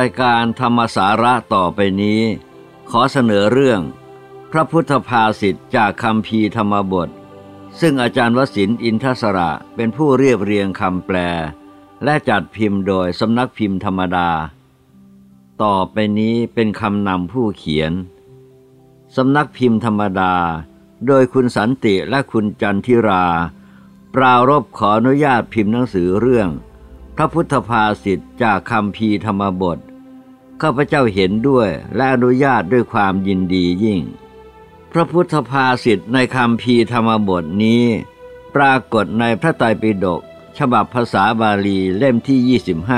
ายการธรรมสาระต่อไปนี้ขอเสนอเรื่องพระพุทธภาษิตจากคัมภีร์ธรรมบทซึ่งอาจารย์วสินทร์อินทสระเป็นผู้เรียบเรียงคำแปลและจัดพิมพ์โดยสำนักพิมพ์ธรรมดาต่อไปนี้เป็นคำนำผู้เขียนสำนักพิมพ์ธรรมดาโดยคุณสันติและคุณจันทิราปรารภขออนุญาตพิมพ์หนังสือเรื่องพระพุทธภาษิตจากคัมภีร์ธรรมบทข้าพเจ้าเห็นด้วยและอนุญาตด้วยความยินดียิ่งพระพุทธภาษิตในคัมภีร์ธรรมบทนี้ปรากฏในพระไตรปิฎกฉบับภาษาบาลีเล่มที่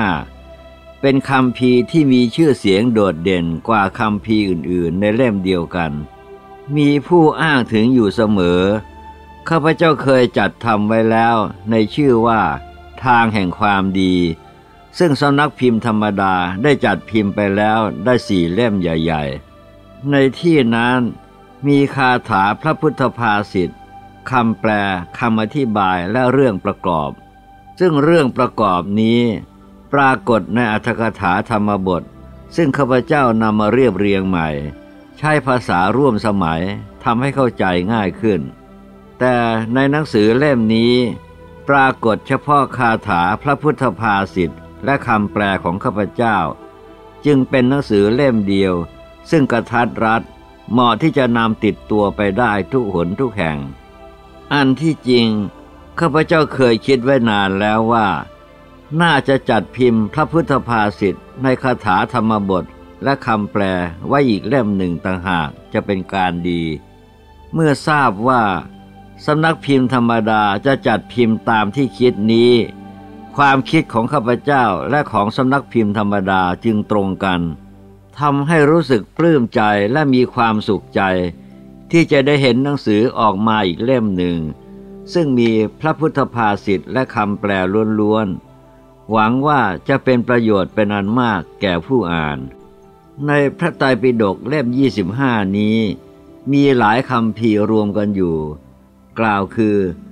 25เป็นคัมภีร์ที่มีชื่อเสียงโดดเด่นกว่าคัมภีร์อื่นๆในเล่มเดียวกันมีผู้อ้างถึงอยู่เสมอข้าพเจ้าเคยจัดทำไว้แล้วในชื่อว่าทางแห่งความดีซึ่งสำนักพิมพ์ธรรมดาได้จัดพิมพ์ไปแล้วได้4 เล่มใหญ่ๆในที่นั้นมีคาถาพระพุทธภาษิตคำแปลคำอธิบายและเรื่องประกอบซึ่งเรื่องประกอบนี้ปรากฏในอรรถกถาธรรมบทซึ่งข้าพเจ้านำมาเรียบเรียงใหม่ใช้ภาษาร่วมสมัยทำให้เข้าใจง่ายขึ้นแต่ในหนังสือเล่มนี้ปรากฏเฉพาะคาถาพระพุทธภาษิตและคำแปลของข้าพเจ้าจึงเป็นหนังสือเล่มเดียวซึ่งกระทัดรัดเหมาะที่จะนำติดตัวไปได้ทุกหนทุกแห่งอันที่จริงข้าพเจ้าเคยคิดไว้นานแล้วว่าน่าจะจัดพิมพ์พระพุทธภาษิตในคาถาธรรมบทและคำแปลไว้อีกเล่มหนึ่งต่างหากจะเป็นการดีเมื่อทราบว่าสำนักพิมพ์ธรรมดาจะจัดพิมพ์ตามที่คิดนี้ความคิดของข้าพเจ้าและของสำนักพิมพ์ธรรมดาจึงตรงกันทำให้รู้สึกปลื้มใจและมีความสุขใจที่จะได้เห็นหนังสือออกมาอีกเล่มหนึ่งซึ่งมีพระพุทธภาษิตและคำแปลล้วนๆหวังว่าจะเป็นประโยชน์เป็นอันมากแก่ผู้อ่านในพระไตรปิฎกเล่ม25นี้มีหลายคัมภีร์รวมกันอยู่กล่าวคือ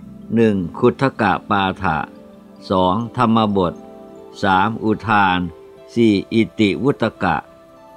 1. ขุททกปาฐะ 2. ธรรมบท 3. อุทาน 4. อิติวุตกะ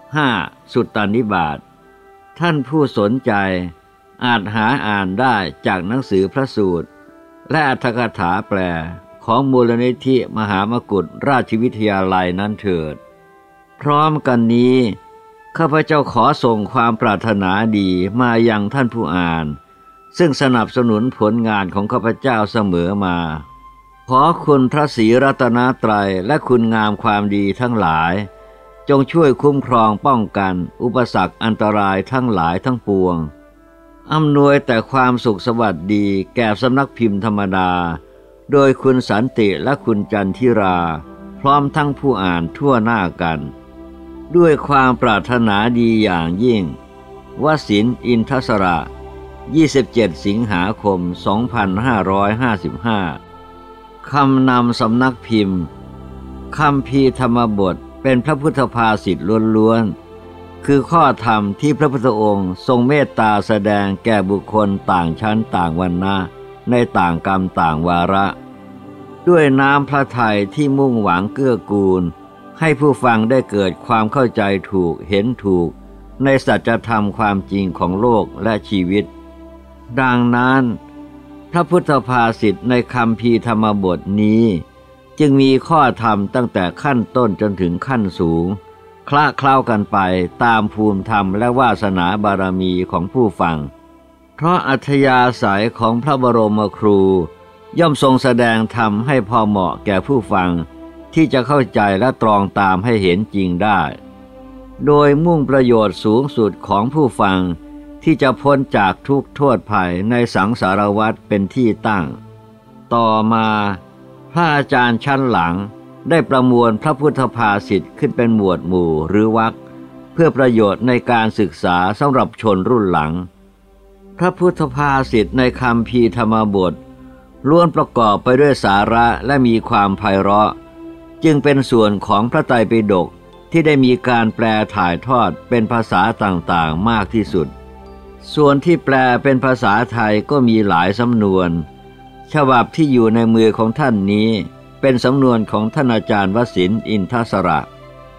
5. สุตตนิบาตท่านผู้สนใจอาจหาอ่านได้จากหนังสือพระสูตรและอรรถกถาแปลของมูลนิธิมหามกุฏราชวิทยาลัยนั้นเถิดพร้อมกันนี้ข้าพเจ้าขอส่งความปรารถนาดีมายังท่านผู้อ่านซึ่งสนับสนุนผลงานของข้าพเจ้าเสมอมาขอคุณพระศรีรัตนตรัยและคุณงามความดีทั้งหลายจงช่วยคุ้มครองป้องกันอุปสรรคอันตรายทั้งหลายทั้งปวงอำนวยแต่ความสุขสวัสดีแก่สำนักพิมพ์ธรรมดาโดยคุณสันติและคุณจันทิราพร้อมทั้งผู้อ่านทั่วหน้ากันด้วยความปรารถนาดีอย่างยิ่งวสินทร์อินทสระ27 สิงหาคม 2555 คำนำสำนักพิมพ์คัมภีร์ธรรมบทเป็นพระพุทธภาษิตล้วนๆคือข้อธรรมที่พระพุทธองค์ทรงเมตตาแสดงแก่บุคคลต่างชั้นต่างวรรณะในต่างกรรมต่างวาระด้วยน้ำพระทัยที่มุ่งหวังเกื้อกูลให้ผู้ฟังได้เกิดความเข้าใจถูกเห็นถูกในสัจธรรมความจริงของโลกและชีวิตดังนั้นพระพุทธภาษิตในคัมภีร์ธรรมบทนี้จึงมีข้อธรรมตั้งแต่ขั้นต้นจนถึงขั้นสูงคละเคล้ากันไปตามภูมิธรรมและวาสนาบารมีของผู้ฟังเพราะอัธยาศัยของพระบรมครูย่อมทรงแสดงธรรมให้พอเหมาะแก่ผู้ฟังที่จะเข้าใจและตรองตามให้เห็นจริงได้โดยมุ่งประโยชน์สูงสุดของผู้ฟังที่จะพ้นจากทุกข์โทษภัยในสังสารวัฏเป็นที่ตั้งต่อมาพระอาจารย์ชั้นหลังได้ประมวลพระพุทธภาษิตขึ้นเป็นหมวดหมู่หรือวรรคเพื่อประโยชน์ในการศึกษาสำหรับชนรุ่นหลังพระพุทธภาษิตในคัมภีร์ธรรมบทล้วนประกอบไปด้วยสาระและมีความไพเราะจึงเป็นส่วนของพระไตรปิฎกที่ได้มีการแปลถ่ายทอดเป็นภาษาต่างๆมากที่สุดส่วนที่แปลเป็นภาษาไทยก็มีหลายสำนวนฉบับที่อยู่ในมือของท่านนี้เป็นสำนวนของท่านอาจารย์วสินทร์อินทสระ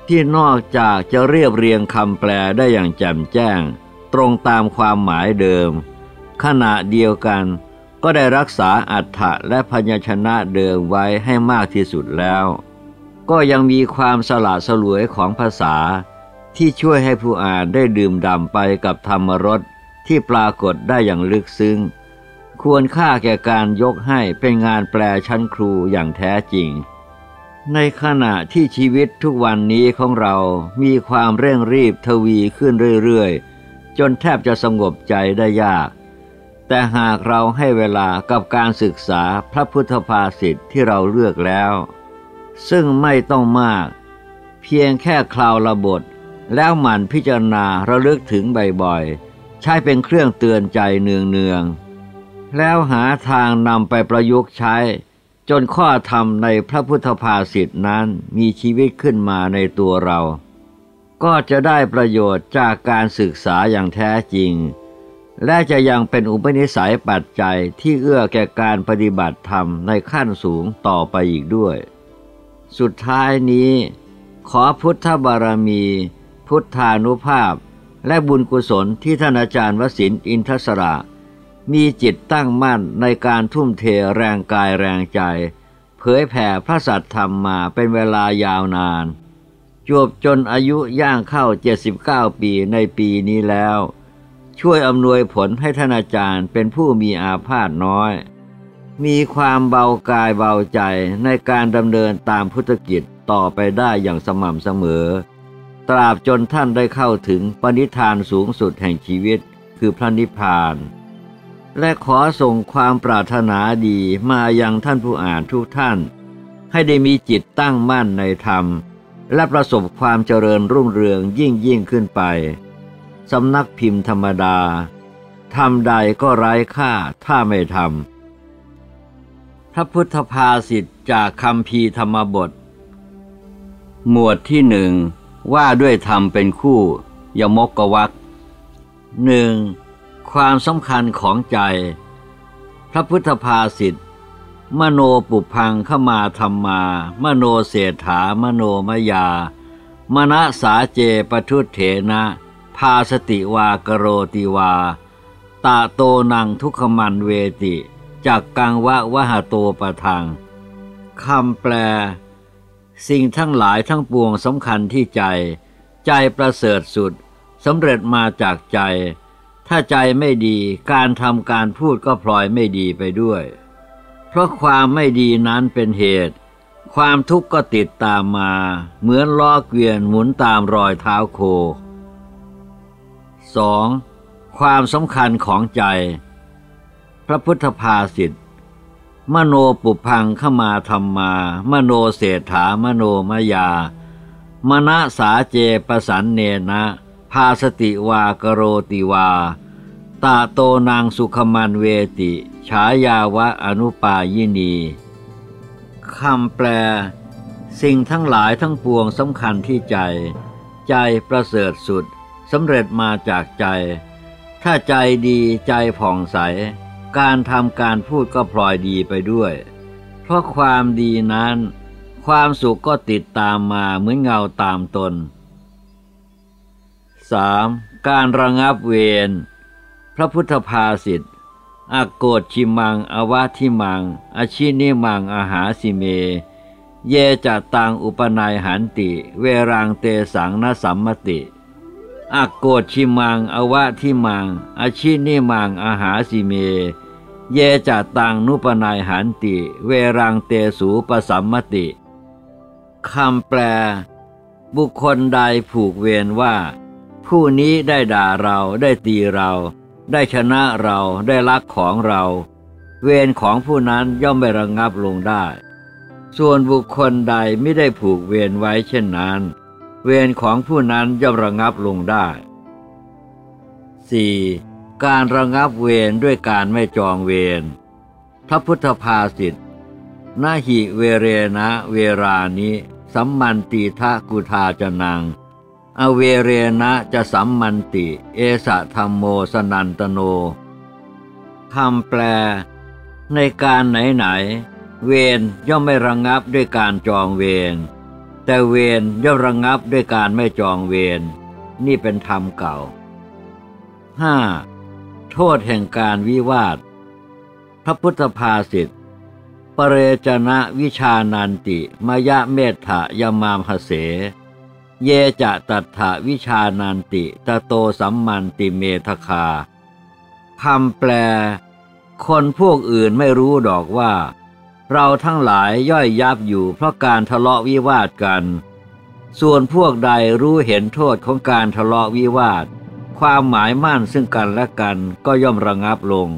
ที่นอกจากจะเรียบเรียงคำแปลได้อย่างแจ่มแจ้งตรงตามความหมายเดิมขณะเดียวกันก็ได้รักษาอรรถะและพยัญชนะเดิมไว้ให้มากที่สุดแล้วก็ยังมีความสละสลวยของภาษาที่ช่วยให้ผู้อ่านได้ดื่มด่ำไปกับธรรมรสที่ปรากฏได้อย่างลึกซึ้งควรค่าแก่การยกให้เป็นงานแปลชั้นครูอย่างแท้จริงในขณะที่ชีวิตทุกวันนี้ของเรามีความเร่งรีบทวีขึ้นเรื่อยๆจนแทบจะสงบใจได้ยากแต่หากเราให้เวลากับการศึกษาพระพุทธภาษิตที่เราเลือกแล้วซึ่งไม่ต้องมากเพียงแค่คราวละบทแล้วหมั่นพิจารณาระลึกถึงบ่อยๆใช้เป็นเครื่องเตือนใจเนืองๆแล้วหาทางนำไปประยุกต์ใช้จนข้อธรรมในพระพุทธภาษิตนั้นมีชีวิตขึ้นมาในตัวเราก็จะได้ประโยชน์จากการศึกษาอย่างแท้จริงและจะยังเป็นอุปนิสัยปัจจัยที่เอื้อแก่การปฏิบัติธรรมในขั้นสูงต่อไปอีกด้วยสุดท้ายนี้ขอพุทธบารมีพุทธานุภาพและบุญกุศลที่ท่านอาจารย์วสินทร์อินทศระมีจิตตั้งมั่นในการทุ่มเทแรงกายแรงใจเผยแผ่พระสัทธรรมมาเป็นเวลายาวนานจวบจนอายุย่างเข้า79 ปีในปีนี้แล้วช่วยอำนวยผลให้ท่านอาจารย์เป็นผู้มีอาพาธน้อยมีความเบากายเบาใจในการดำเนินตามพุทธกิจต่อไปได้อย่างสม่ำเสมอตราบจนท่านได้เข้าถึงปณิธานสูงสุดแห่งชีวิตคือพระนิพพานและขอส่งความปรารถนาดีมายังท่านผู้อ่านทุกท่านให้ได้มีจิตตั้งมั่นในธรรมและประสบความเจริญรุ่งเรืองยิ่งขึ้นไปสำนักพิมพ์ธรรมดาทำใดก็ไร้ค่าถ้าไม่ทำพระพุทธภาษิตจากคัมภีร์ธรรมบทหมวดที่หนึ่งว่าด้วยธรรมเป็นคู่ยมกวรรคหนึ่งความสำคัญของใจพระพุทธภาษิตมโนปุพังขมาธัมมามโนเศรษฐามโนมยามนะสาเจปทุเถนะภาสติวากโรติวาตาโตนังทุกขมันเวติจักกังวะวะหะโตปะทังคำแปลสิ่งทั้งหลายทั้งปวงสำคัญที่ใจใจประเสริฐสุดสำเร็จมาจากใจถ้าใจไม่ดีการทำการพูดก็พลอยไม่ดีไปด้วยเพราะความไม่ดีนั้นเป็นเหตุความทุกข์ก็ติดตามมาเหมือนล้อเกวียนหมุนตามรอยเท้าโค 2. ความสำคัญของใจพระพุทธภาษิตมโนปุพังขมาธัมมามโนเศรษฐามโนมยามนะสาเจปสันเนนะภาสติวากโรติวาตาโตนางสุขมันเวติฉายาวะอนุปายินีคำแปลสิ่งทั้งหลายทั้งปวงสำคัญที่ใจใจประเสริฐสุดสำเร็จมาจากใจถ้าใจดีใจผ่องใสการทำการพูดก็พลอยดีไปด้วยเพราะความดีนั้นความสุขก็ติดตามมาเหมือนเงาตามตน 3. การระงับเวรพระพุทธภาษิตอโกฏชิมังอวาทิมังอชินิมังอาหาสิเมเยจะตังอุปนัยหันติเวรังเตสังนสัมมติอโกฏชิมังอวาทิมังอชินิมังอาหาสิเมเยจะตังนุปนัยหันติเวรังเตสูปสัมมติคำแปลบุคคลใดผูกเวรว่าผู้นี้ได้ด่าเราได้ตีเราได้ชนะเราได้ลักของเราเวรของผู้นั้นย่อมไม่ระงับลงได้ส่วนบุคคลใดไม่ได้ผูกเวรไว้เช่นนั้นเวรของผู้นั้นย่อมระงับลงได้ 4. การระงับเวรด้วยการไม่จองเวรพระพุทธภาษิตนาหิเวเรนะเวรานิสัมมันติทะกุทาจนังอเวเรนะจะสัมมันติเอสะธัมโมสนันตโนคำแปลในการไหนเวรย่อมไม่ระงับด้วยการจองเวรแต่เวรย่อมระงับด้วยการไม่จองเวรนี่เป็นธรรมเก่า 5. โทษแห่งการวิวาทพระพุทธภาษิตปเรจนะวิชานันติมยะเมถะยมามหเสเยจะตัฏฐวิชานันติตโตสัมมันติเมทคาคำแปลคนพวกอื่นไม่รู้ดอกว่าเราทั้งหลายย่อยยับอยู่เพราะการทะเลาะวิวาทกันส่วนพวกใดรู้เห็นโทษของการทะเลาะวิวาทความหมายมั่นซึ่งกันและกันก็ย่อมระงับลง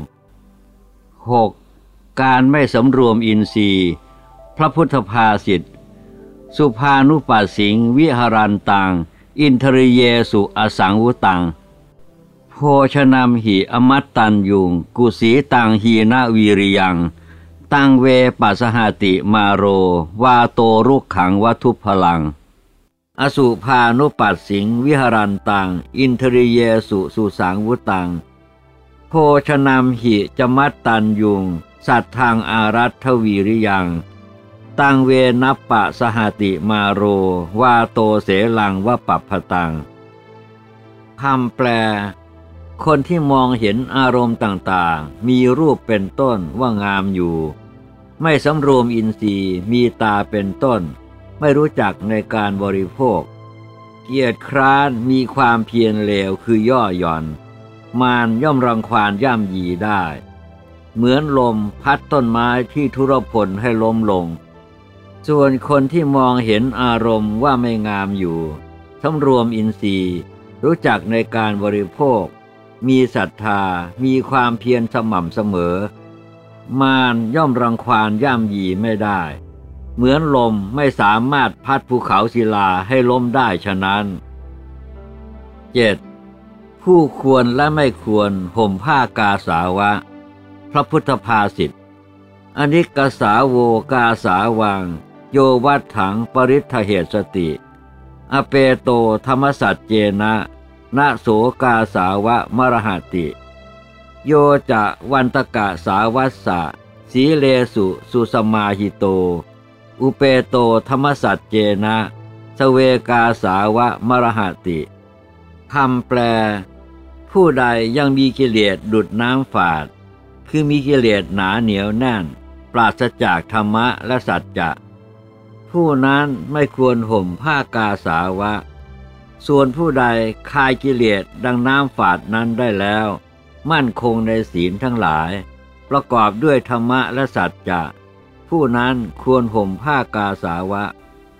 6. การไม่สำรวมอินทรีย์พระพุทธภาษิตสุภานุปัสสิงวิหรันตังอินทริเยสุอสังวุตังโภชนัมหิอมัตตัญยุงกุสีตังหีนาวีริยังตังเวปัสสหติมาโรวาโตรุกขังวัตุพลังอสุภานุปัสสิงวิหรันตังอินทริเยสุสุสังวุตังโภชนัมหิจมัตตัญยุงสัตทังอารัตถวีริยังตังเวนัปปะสหติมาโรวาโตเสลังวะปัปพตังคำแปลคนที่มองเห็นอารมณ์ต่างๆมีรูปเป็นต้นว่างามอยู่ไม่สำรวมอินทรีย์มีตาเป็นต้นไม่รู้จักในการบริโภคเกียจคร้านมีความเพียรเลวคือย่อหย่อนมารย่อมรังควานย่ำยีได้เหมือนลมพัดต้นไม้ที่ทุรพลให้ล้มลงส่วนคนที่มองเห็นอารมณ์ว่าไม่งามอยู่สำรวมอินทรีย์รู้จักในการบริโภคมีศรัทธามีความเพียรสม่ำเสมอมารย่อมรังควานย่ำยีไม่ได้เหมือนลมไม่สามารถพัดภูเขาศิลาให้ล้มได้ฉะนั้น 7. ผู้ควรและไม่ควรห่มผ้ากาสาวะพระพุทธภาษิตอนิกกสาโวกาสาวังโยวัฏถังปริทเหสติอเปโตธรรมสัจเจนะนะโสกาสาวะมรหติโยจะวันตกะสาวัสสะสีเลสุสุสมาหิโตอุเปโตธรรมสัจเจนะสเวกาสาวะมรหติคำแปลผู้ใดยังมีกิเลสดุจน้ำฝาดคือมีกิเลสหนาเหนียวแน่นปราศจากธรรมะและสัจจะผู้นั้นไม่ควรห่มผ้ากาสาวะส่วนผู้ใดคายกิเลสดังน้ำฝาดนั้นได้แล้วมั่นคงในศีลทั้งหลายประกอบด้วยธรรมะและสัจจะผู้นั้นควรห่มผ้ากาสาวะ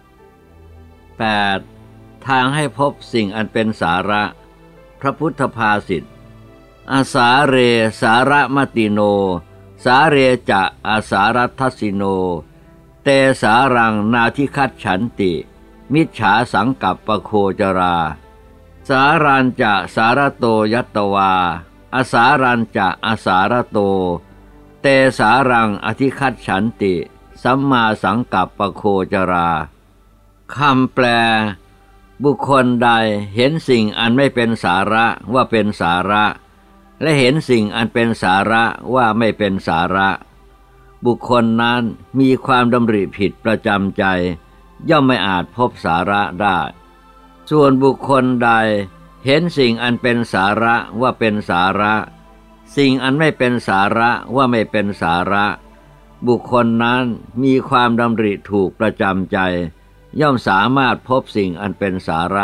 8. ทางให้พบสิ่งอันเป็นสาระพระพุทธภาษิตอาสาเรสาระมติโนสาเรจะอาสารัทัสสิโนเตสารังนาทิคัตฉันติมิจฉาสังกัปปโคจราสารัญจะสารโตยัตตวาอาสารัญจะอาสารโตเตสารังอธิคัตฉันติสัมมาสังกัปปโคจราคำแปลบุคคลใดเห็นสิ่งอันไม่เป็นสาระว่าเป็นสาระและเห็นสิ่งอันเป็นสาระว่าไม่เป็นสาระบุคคลนั้นมีความดำริผิดประจำใจย่อมไม่อาจพบสาระได้ส่วนบุคคลใดเห็นสิ่งอันเป็นสาระว่าเป็นสาระสิ่งอันไม่เป็นสาระว่าไม่เป็นสาระบุคคลนั้นมีความดำริถูกประจำใจย่อมสามารถพบสิ่งอันเป็นสาระ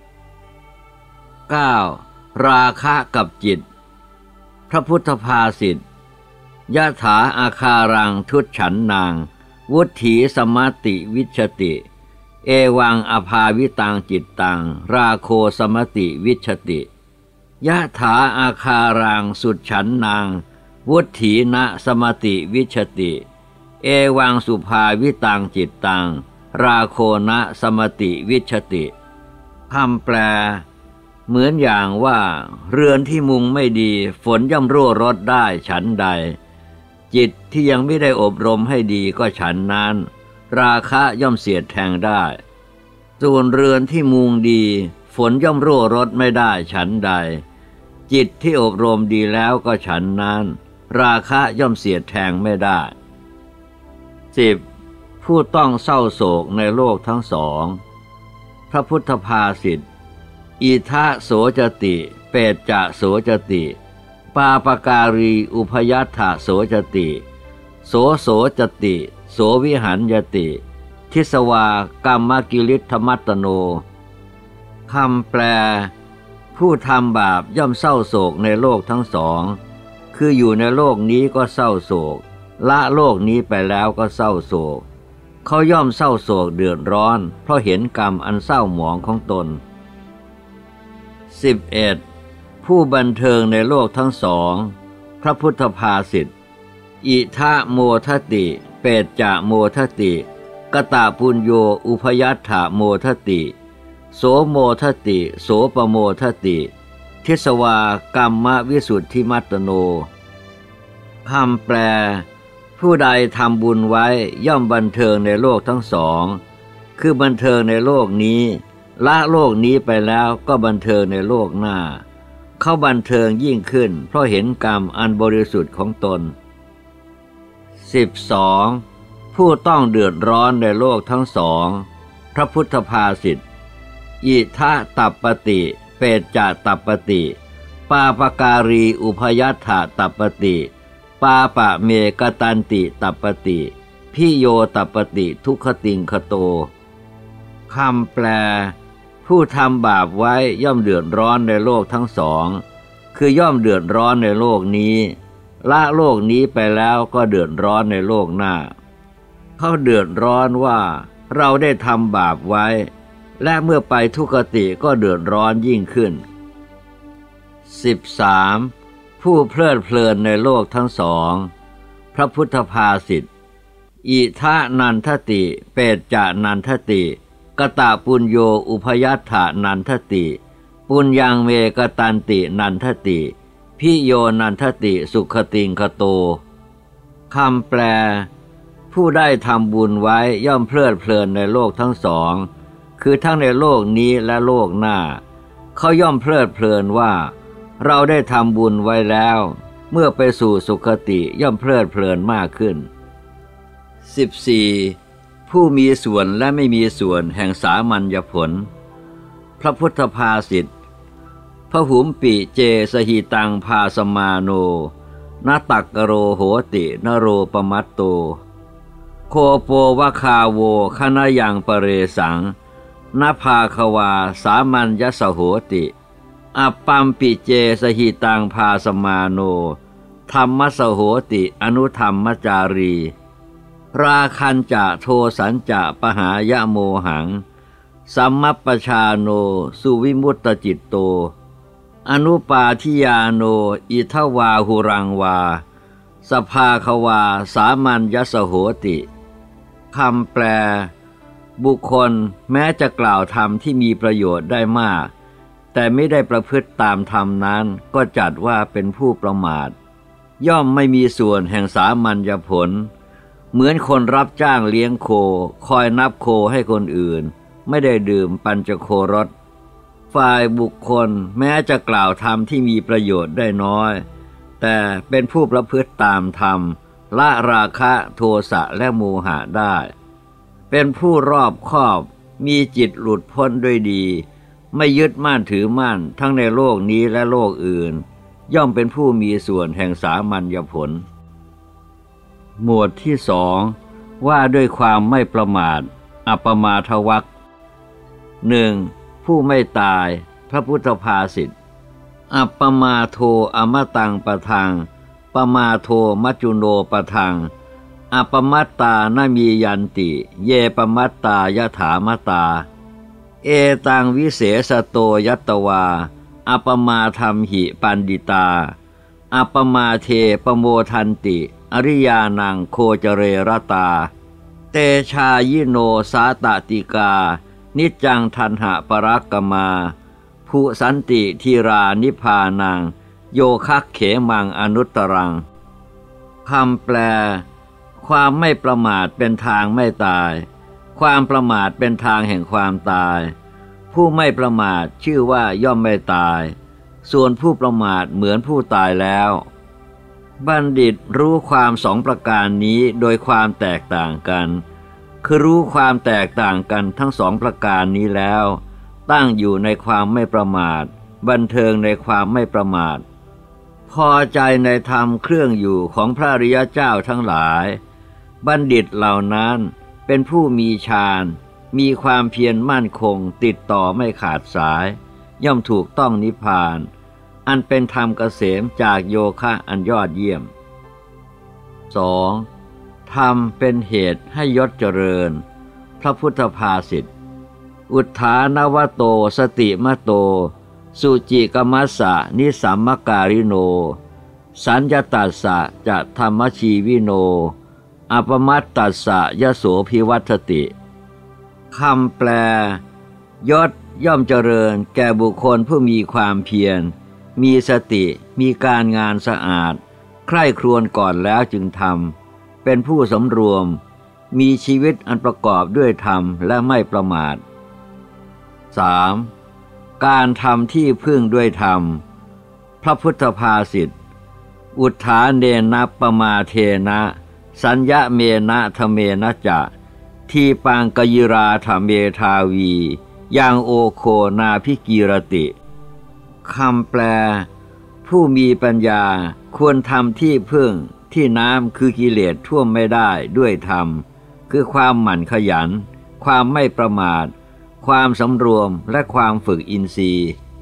9. ราคะกับจิตพระพุทธภาษิตยะถาอาคารังทุจฉันนางวุถีสมติวิชติเอวังอภาวิตังจิตตังราโคสมติวิชติยะถาอาคารังสุดฉันนางวุถีนะสมติวิชติเอวังสุภาวิตังจิตตังราโคนะสมติวิชติคำแปลเหมือนอย่างว่าเรือนที่มุงไม่ดีฝนย่อมรั่วรดได้ฉันใดจิตที่ยังไม่ได้อบรมให้ดีก็ฉันนั้นราคะย่อมเสียดแทงได้ส่วนเรือนที่มุงดีฝนย่อมรั่วรดไม่ได้ฉันใดจิตที่อบรมดีแล้วก็ฉันนั้นราคะย่อมเสียดแทงไม่ได้ 10. ผู้ต้องเศร้าโศกในโลกทั้งสองพระพุทธภาษิตอิทะโสจติเปตจะโสจติปาปการีอุพยัตถะโสจติโสโสจติโสวิหันยติทิสวากรรมกิริธมัตตโนคำแปลผู้ทำบาปย่อมเศร้าโศกในโลกทั้งสองคืออยู่ในโลกนี้ก็เศร้าโศกละโลกนี้ไปแล้วก็เศร้าโศกเขาย่อมเศร้าโศกเดือดร้อนเพราะเห็นกรรมอันเศร้าหมองของตน 11. ผู้บันเทิงในโลกทั้งสองพระพุทธภาษิตอิทะโมทติเปตจะโมทติกตาปุญโยอุพยัตถะโมทติโสโมทติโสปโมทติทิสวากรรมวิสุทธิมัตตโนคำแปลผู้ใดทำบุญไว้ย่อมบันเทิงในโลกทั้งสองคือบันเทิงในโลกนี้ละโลกนี้ไปแล้วก็บันเทิงในโลกหน้าเขาบันเทิงยิ่งขึ้นเพราะเห็นกรรมอันบริสุทธิ์ของตน 12. ผู้ต้องเดือดร้อนในโลกทั้งสองพระพุทธภาษิตอิทะตัปปติเปตจะตัปปติปาปการีอุพยัตถะตัปปติปาปะเมกตันติตัปปติพิโยตัปปติทุกขติงคโตคำแปลผู้ทำบาปไว้ย่อมเดือดร้อนในโลกทั้งสองคือย่อมเดือดร้อนในโลกนี้ละโลกนี้ไปแล้วก็เดือดร้อนในโลกหน้าเขาเดือดร้อนว่าเราได้ทำบาปไว้และเมื่อไปทุกขติก็เดือดร้อนยิ่งขึ้น 13. ผู้เพลิดเพลินในโลกทั้งสองพระพุทธภาษิตอิทะนันทติเปตจะนันทติกตาปุญโยอุพยัตถะนันทติปุญญังเมกตันตินันทติพิโยนันทติสุขติงคโตคำแปลผู้ได้ทำบุญไว้ย่อมเพลิดเพลินในโลกทั้งสองคือทั้งในโลกนี้และโลกหน้าเขาย่อมเพลิดเพลินว่าเราได้ทำบุญไว้แล้วเมื่อไปสู่สุคติย่อมเพลิดเพลินมากขึ้น 14. ผู้มีส่วนและไม่มีส่วนแห่งสามัญญผลพระพุทธภาษิตพหุมปิเจสหิตังภาสมาโนนาตักกโรโหตินโรปมัตโตโคโปวะคาโวคณยังปเรสังนภาควาสามัญยสโหติอัปปัมปิเจสหิตังภาสมาโนธรรมสโหติอนุธรรมจารีราคันจะโทสัญจะปหายะโมหังสัมมัปปชาโนสุวิมุตตจิตโตอนุปาทิยาโนอิทวาหุรังวาสภาควาสามัญยสโหติคำแปลบุคคลแม้จะกล่าวธรรมที่มีประโยชน์ได้มากแต่ไม่ได้ประพฤติตามธรรมนั้นก็จัดว่าเป็นผู้ประมาทย่อมไม่มีส่วนแห่งสามัญญผลเหมือนคนรับจ้างเลี้ยงโคคอยนับโคให้คนอื่นไม่ได้ดื่มปัญจโครสฝ่ายบุคคลแม้จะกล่าวธรรมที่มีประโยชน์ได้น้อยแต่เป็นผู้ประพฤติตามธรรมละราคะโทสะและโมหะได้เป็นผู้รอบคอบมีจิตหลุดพ้นด้วยดีไม่ยึดมั่นถือมั่นทั้งในโลกนี้และโลกอื่นย่อมเป็นผู้มีส่วนแห่งสามัญญผลหมวดที่สองว่าด้วยความไม่ประมาทอัปปมาทวรรค 1. ผู้ไม่ตายพระพุทธภาษิตอัปปมาโทอมตังปะทังปมาโทมัจจุโนปะทังอัปปมัตตานามียันติเยปมัตตายถามตาเอตังวิเศษโตยัตตวาอัปปมาธัมหิปันดิตาอัปปมาเทปโมทันติอริยานังโคจเรรตาเตชายิโนสาตติกานิจจังทันหะปรักกมาภูสันติทีรานิพานังโยคักเขมังอนุตตรังคำแปลความไม่ประมาทเป็นทางไม่ตายความประมาทเป็นทางแห่งความตายผู้ไม่ประมาทชื่อว่าย่อมไม่ตายส่วนผู้ประมาทเหมือนผู้ตายแล้วบัณฑิตรู้ความสองประการนี้โดยความแตกต่างกันคือรู้ความแตกต่างกันทั้งสองประการนี้แล้วตั้งอยู่ในความไม่ประมาทบันเทิงในความไม่ประมาทพอใจในธรรมเครื่องอยู่ของพระอริยเจ้าทั้งหลายบัณฑิตเหล่านั้นเป็นผู้มีฌานมีความเพียรมั่นคงติดต่อไม่ขาดสายย่อมถูกต้องนิพพานอันเป็นธรรมเกษมจากโยคะอันยอดเยี่ยม 2. ธรรมเป็นเหตุให้ยศเจริญพระพุทธภาษิตอุทธานวโตสติมโตสุจิกมัสสะนิสัมมการิโนสัญญตัสสะจะธรรมชีวิโนอปมัตตัสสะยโสภิวัตติคำแปลยศย่อมเจริญแก่บุคคลผู้มีความเพียรมีสติมีการงานสะอาดใคร่ครวญก่อนแล้วจึงทำเป็นผู้สำรวมมีชีวิตอันประกอบด้วยธรรมและไม่ประมาท 3. การทำที่พึ่งด้วยธรรมพระพุทธภาษิตอุทธาเนนะปมาเทนะสัญญะเมนะทะเมนะจะทีปังกยิราธเมทาวียังโอโคนาภิกีรติคำแปลผู้มีปัญญาควรทำที่พึ่งที่น้ำคือกิเลสท่วมไม่ได้ด้วยธรรมคือความหมั่นขยันความไม่ประมาทความสำรวมและความฝึกอินทรีย์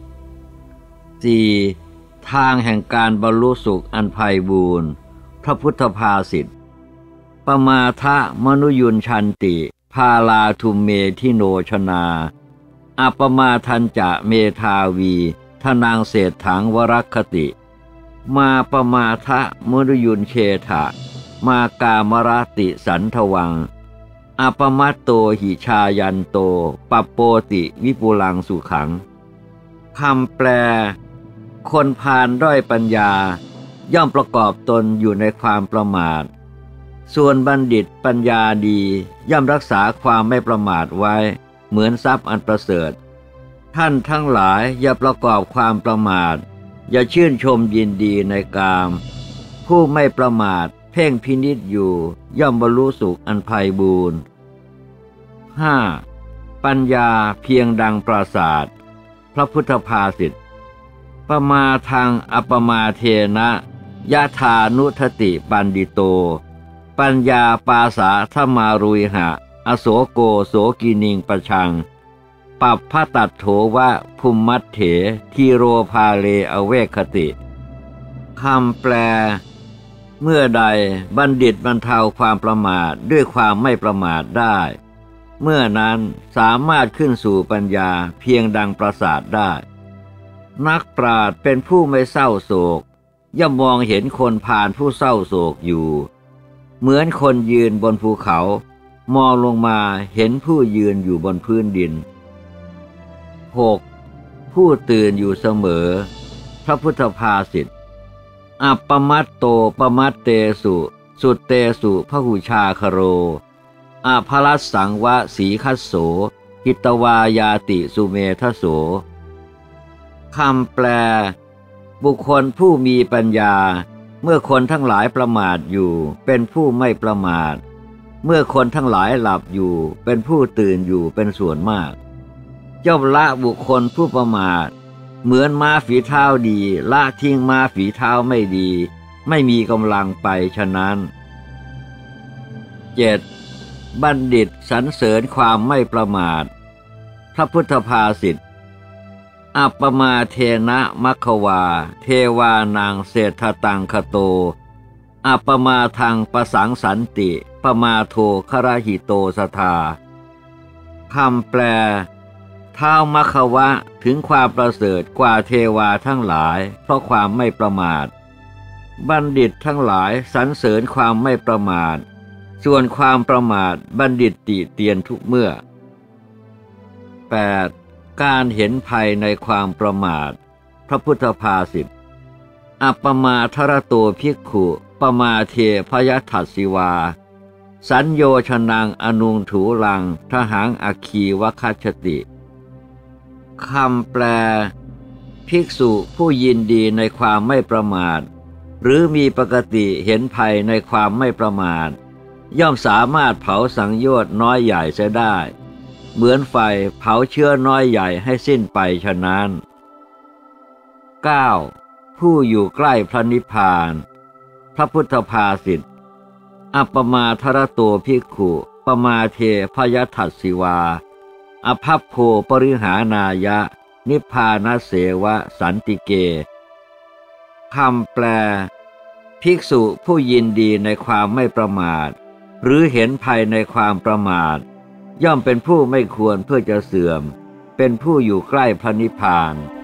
4. ทางแห่งการบรรลุสุขอันไพบูรณ์พระพุทธภาษิตปมาทะมนุยุนชันติพาลาทุมเมทิโนชนาอัปมาทันจะเมทาวีทนางเศรษฐังวรัคคติมาปมาทะมนุยุนเชถะมากามรติสันทวังอปมัตโตหิชายันโตปัปโปติวิปุลังสุขังคำแปลคนพาลด้อยปัญญาย่อมประกอบตนอยู่ในความประมาทส่วนบัณฑิตปัญญาดีย่อมรักษาความไม่ประมาทไว้เหมือนทรัพย์อันประเสริฐท่านทั้งหลายอย่าประกอบความประมาทอย่าชื่นชมยินดีในกามผู้ไม่ประมาทเพ่งพินิจอยู่ย่อมบรรลุสุขอันไพบูรณ์ 5. ปัญญาเพียงดังปราสาทพระพุทธภาษิตปมาทังอัปมาเทนะยะธานุทติปันดิโตปัญญาปาสาธมารุยหะอโสโกโสกินิงปชังปัปพะตัดโถวะภุมมัตเถทีโรพาเลอเวคติคำแปลเมื่อใดบัณฑิตบรรเทาความประมาทด้วยความไม่ประมาทได้เมื่อนั้นสามารถขึ้นสู่ปัญญาเพียงดังปราสาทได้นักปราชญ์เป็นผู้ไม่เศร้าโศกย่อมมองเห็นคนพาลผู้เศร้าโศกอยู่เหมือนคนยืนบนภูเขามองลงมาเห็นผู้ยืนอยู่บนพื้นดิน 6. ผู้ตื่นอยู่เสมอพระพุทธภาษิตอัปปมัตโตปมัตเตสุสุตเตสุพหุชาคโรอภรัสสังวะสีคัสโสหิตวายาติสุเมทโสคำแปลบุคคลผู้มีปัญญาเมื่อคนทั้งหลายประมาทอยู่เป็นผู้ไม่ประมาทเมื่อคนทั้งหลายหลับอยู่เป็นผู้ตื่นอยู่เป็นส่วนมากย่อมละบุคคลผู้ประมาทเหมือนม้าฝีเท้าดีละทิ้งม้าฝีเท้าไม่ดีไม่มีกำลังไปฉะนั้น 7. บัณฑิตสรรเสริญความไม่ประมาทพระพุทธภาษิตอัปปมาเทนะมัคควาเทวานังเศรษฐตังคโตอัปปมาทังปสังสันติปมาโทครหิโตสทาคำแปลท้าวมัคควะถึงความประเสริฐกว่าเทวาทั้งหลายเพราะความไม่ประมาทบัณฑิตทั้งหลายสรรเสริญความไม่ประมาทส่วนความประมาทบัณฑิตติเตียนทุกเมื่อ 8. การเห็นภัยในความประมาทพระพุทธภาษิตอัปปมาทรโตภิกขุปมาเทพยทัสสิวาสัญโยชนังอนุงถูลังทหังอัคคีวคัจฉติคำแปลภิกษุผู้ยินดีในความไม่ประมาทหรือมีปกติเห็นภัยในความไม่ประมาทย่อมสามารถเผาสังโยชน์น้อยใหญ่เสียได้เหมือนไฟเผาเชื้อน้อยใหญ่ให้สิ้นไปฉะนั้น 9. ผู้อยู่ใกล้พระนิพพานพระพุทธภาษิตอัปปมาทรโตภิกขุปมาเทพยทัสสิวาอภัพโพปริหานายะนิพพานเสวะสันติเกคำแปลภิกษุผู้ยินดีในความไม่ประมาทหรือเห็นภัยในความประมาทย่อมเป็นผู้ไม่ควรเพื่อจะเสื่อมเป็นผู้อยู่ใกล้พระนิพพาน